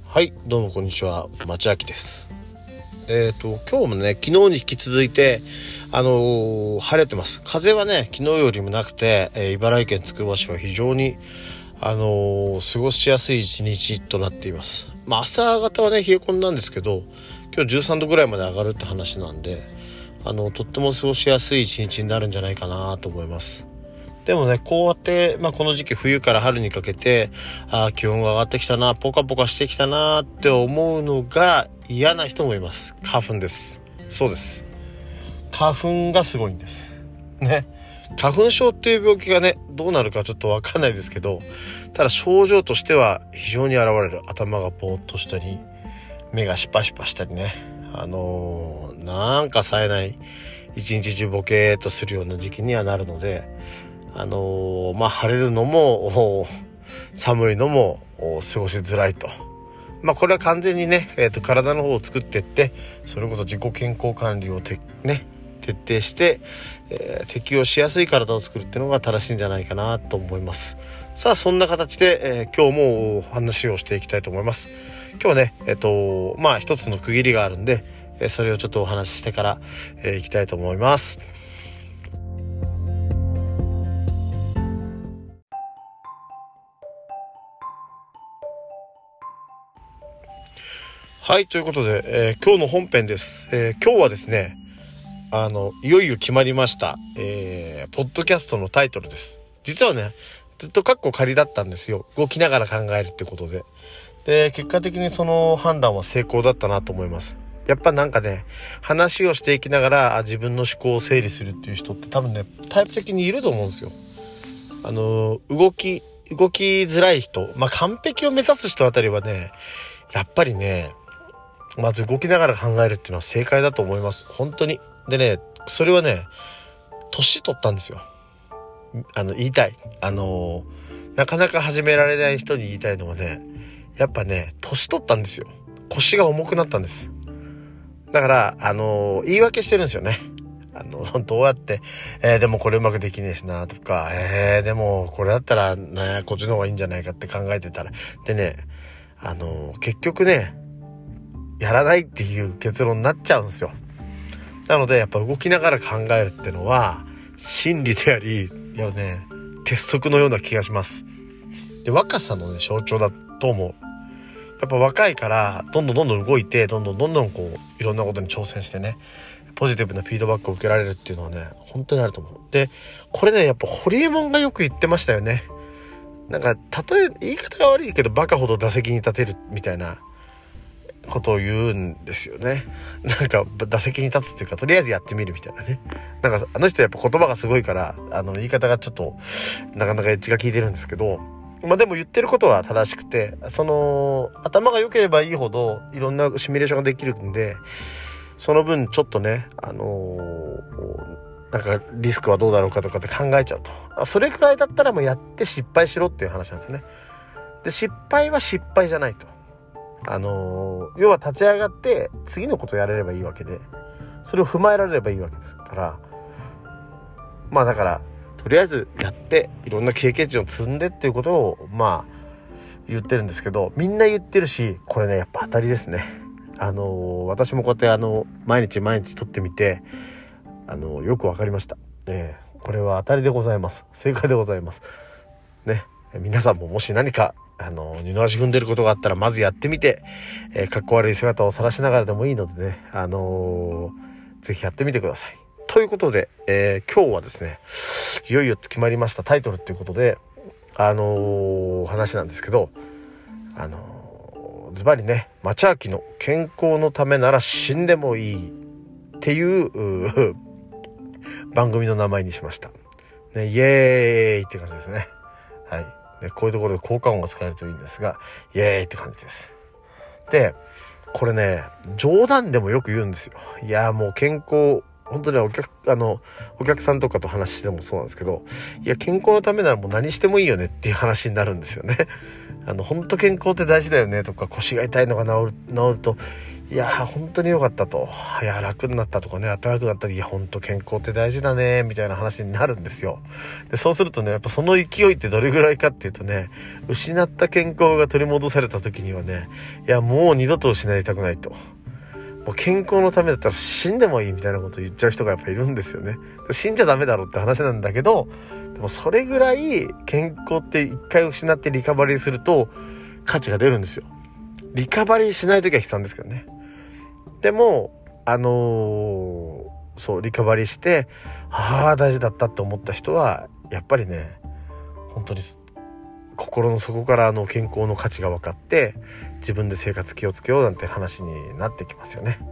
はい、どうもこんにちは、町明です。今日もね、昨日に引き続いて晴れてます。風はね、昨日よりもなくて、茨城県つくば市は非常に過ごしやすい一日となっています。朝方はね、冷え込んだんですけど、今日13度ぐらいまで上がるって話なんで、とっても過ごしやすい一日になるんじゃないかなと思います。でもね、こうやって、この時期冬から春にかけて気温が上がってきたな、ポカポカしてきたなって思うのが嫌な人もいます。花粉です。そうです。花粉がすごいんですね。花粉症っていう病気がね、どうなるかちょっとわかんないですけど、ただ症状としては非常に現れる。頭がぼーっとしたり、目がシパシパしたりね、なんか冴えない、一日中ボケーっとするような時期にはなるので、晴れるのも寒いのも過ごしづらいと。これは完全にね、体の方を作っていって、それこそ自己健康管理を徹底して、適応しやすい体を作るっていうのが正しいんじゃないかなと思います。さあ、そんな形で、今日もお話をしていきたいと思います。今日はね、一つの区切りがあるんで、それをちょっとお話ししてから、いきたいと思います。はい、ということで、今日の本編です。今日はですね、いよいよ決まりました、ポッドキャストのタイトルです。実はね、ずっとカッコ仮だったんですよ。動きながら考えるってことで。で、結果的にその判断は成功だったなと思います。やっぱなんかね、話をしていきながら自分の思考を整理するっていう人って多分ね、タイプ的にいると思うんですよ。動きづらい人、完璧を目指す人あたりはね、やっぱりね、まず動きながら考えるっていうのは正解だと思います。本当に。でね、それはね、年取ったんですよ。言いたい。なかなか始められない人に言いたいのはね、やっぱね、年取ったんですよ。腰が重くなったんです。だから、言い訳してるんですよね。どうやって、でもこれうまくできねえしなとか、でもこれだったらね、こっちの方がいいんじゃないかって考えてたら。でね、結局ね、やらないっていう結論になっちゃうんですよ。なのでやっぱ動きながら考えるってのは真理であり、いやね、鉄則のような気がします。で、若さのね、象徴だと思う。やっぱ若いからどんどん動いて、どんどんこういろんなことに挑戦してね、ポジティブなフィードバックを受けられるっていうのはね、本当にあると思う。で、これね、やっぱホリエモンがよく言ってましたよね。なんか言い方が悪いけど、バカほど打席に立てるみたいなことを言うんですよね。なんか打席に立つっていうか、とりあえずやってみるみたいなね。なんかあの人やっぱ言葉がすごいから、言い方がちょっとなかなかエッジが効いてるんですけど、でも言ってることは正しくて、頭が良ければいいほどいろんなシミュレーションができるんで、その分ちょっとね、なんかリスクはどうだろうかとかって考えちゃうと。それくらいだったらもうやって失敗しろっていう話なんですよね。で、失敗は失敗じゃないと。要は立ち上がって次のことをやれればいいわけで、それを踏まえられればいいわけですから、だからとりあえずやっていろんな経験値を積んでっていうことを言ってるんですけど、みんな言ってるし、これねやっぱ当たりですね。私もこうやって毎日撮ってみてよくわかりました。これは当たりでございます。正解でございますね。皆さんももし何か二の足踏んでることがあったら、まずやってみて、かっこ悪い姿を晒しながらでもいいのでね、ぜひやってみてください。ということで、今日はですね、いよいよ決まりましたタイトルっていうことで、話なんですけど、ズバリね、町明の健康のためなら死んでもいいっていう番組の名前にしました。ね、イエーイって感じですね。はい。こういうところで効果音が使えるといいんですが、イエーイって感じです。で、これね、冗談でもよく言うんですよ。いや、もう健康、本当にお客さんとかと話してもそうなんですけど、いや、健康のためならもう何してもいいよねっていう話になるんですよね。本当健康って大事だよねとか、腰が痛いのが治るといや本当に良かったと、いや楽になったとかね、暖かくなったり、いや本当健康って大事だねみたいな話になるんですよ。でそうするとね、やっぱその勢いってどれぐらいかっていうとね、失った健康が取り戻された時にはね、いやもう二度と失いたくないと、もう健康のためだったら死んでもいいみたいなことを言っちゃう人がやっぱいるんですよね。死んじゃダメだろうって話なんだけど、でもそれぐらい健康って一回失ってリカバリーすると価値が出るんですよ。リカバリーしない時は悲惨ですけどね。でもそうリカバリーして大事だったって思った人はやっぱりね、本当に心の底から健康の価値が分かって、自分で生活気をつけようなんて話になってきますよね。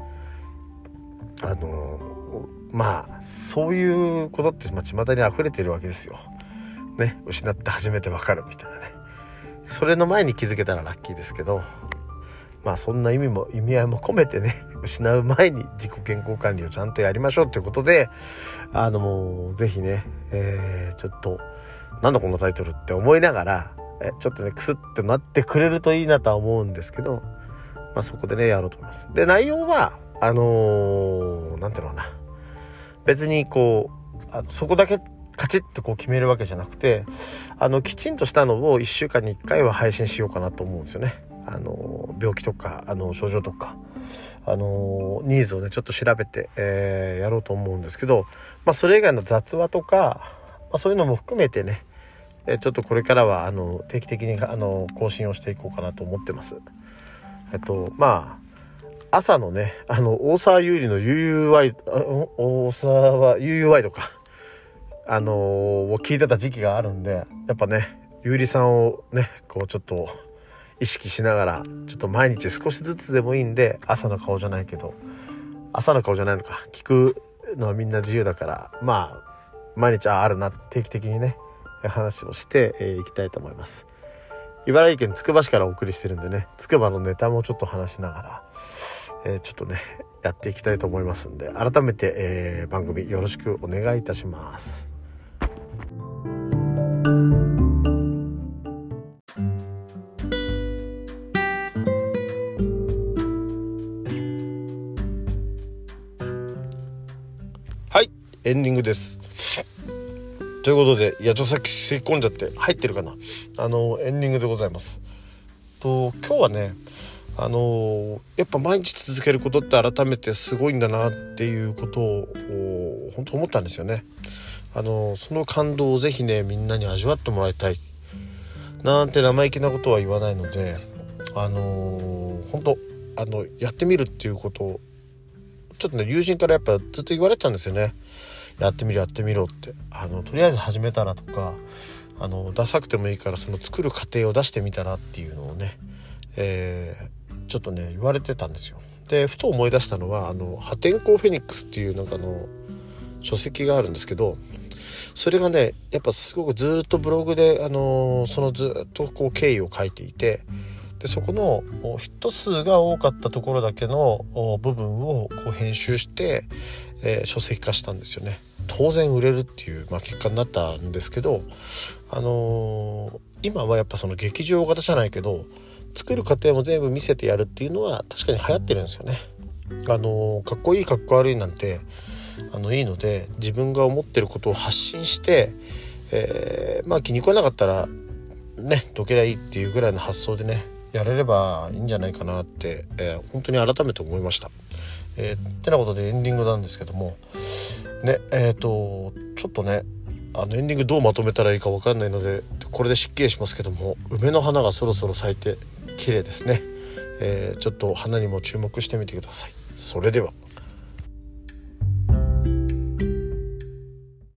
そういうことって巷に溢れているわけですよね。失って初めて分かるみたいなね。それの前に気づけたらラッキーですけど、そんな意味合いも込めてね、失う前に自己健康管理をちゃんとやりましょうということで、ぜひね、ちょっとなんだこのタイトルって思いながら、ちょっとねクスッとなってくれるといいなとは思うんですけど、そこでねやろうと思います。で内容はなんていうのかな、別にそこだけカチッと決めるわけじゃなくて、きちんとしたのを1週間に1回は配信しようかなと思うんですよね。病気とか症状とかニーズをねちょっと調べて、やろうと思うんですけど、それ以外の雑話とか、そういうのも含めてね、ちょっとこれからは定期的に更新をしていこうかなと思ってます。朝のね大沢優里の UUY とかを聞いてた時期があるんで、やっぱね優里さんをねちょっと意識しながら、ちょっと毎日少しずつでもいいんで、朝の顔じゃないけど、朝の顔じゃないのか、聞くのはみんな自由だから、毎日あるな、定期的にね話をしていきたいと思います。茨城県つくば市からお送りしてるんでね、つくばのネタもちょっと話しながら、ちょっとねやっていきたいと思いますんで、改めて、番組よろしくお願いいたします。エンディングです。ということで、ちょっとさっき咳き込んじゃって入ってるかな、エンディングでございます。今日はねやっぱ毎日続けることって改めてすごいんだなっていうことを本当思ったんですよね。その感動をぜひねみんなに味わってもらいたいなんて生意気なことは言わないので、本当やってみるっていうことをちょっとね友人からやっぱずっと言われてたんですよね。やってみろってとりあえず始めたらとかダサくてもいいからその作る過程を出してみたらっていうのをね、ちょっとね言われてたんですよ。でふと思い出したのは破天荒フェニックスっていう書籍があるんですけど、それがねやっぱすごくずっとブログでそのずっと経緯を書いていて、でそこのヒット数が多かったところだけの部分を編集して、書籍化したんですよね。当然売れるっていう、結果になったんですけど、今はやっぱその劇場型じゃないけど作る過程も全部見せてやるっていうのは確かに流行ってるんですよね。かっこいいかっこ悪いなんていいので、自分が思ってることを発信して、気に食わなかったらねどけりゃいいっていうぐらいの発想でねやれればいいんじゃないかなって、本当に改めて思いました。ってなことでエンディングなんですけどもね、ちょっとねエンディングどうまとめたらいいか分かんないのでこれで失敬しますけども、梅の花がそろそろ咲いて綺麗ですね。ちょっと花にも注目してみてください。それでは。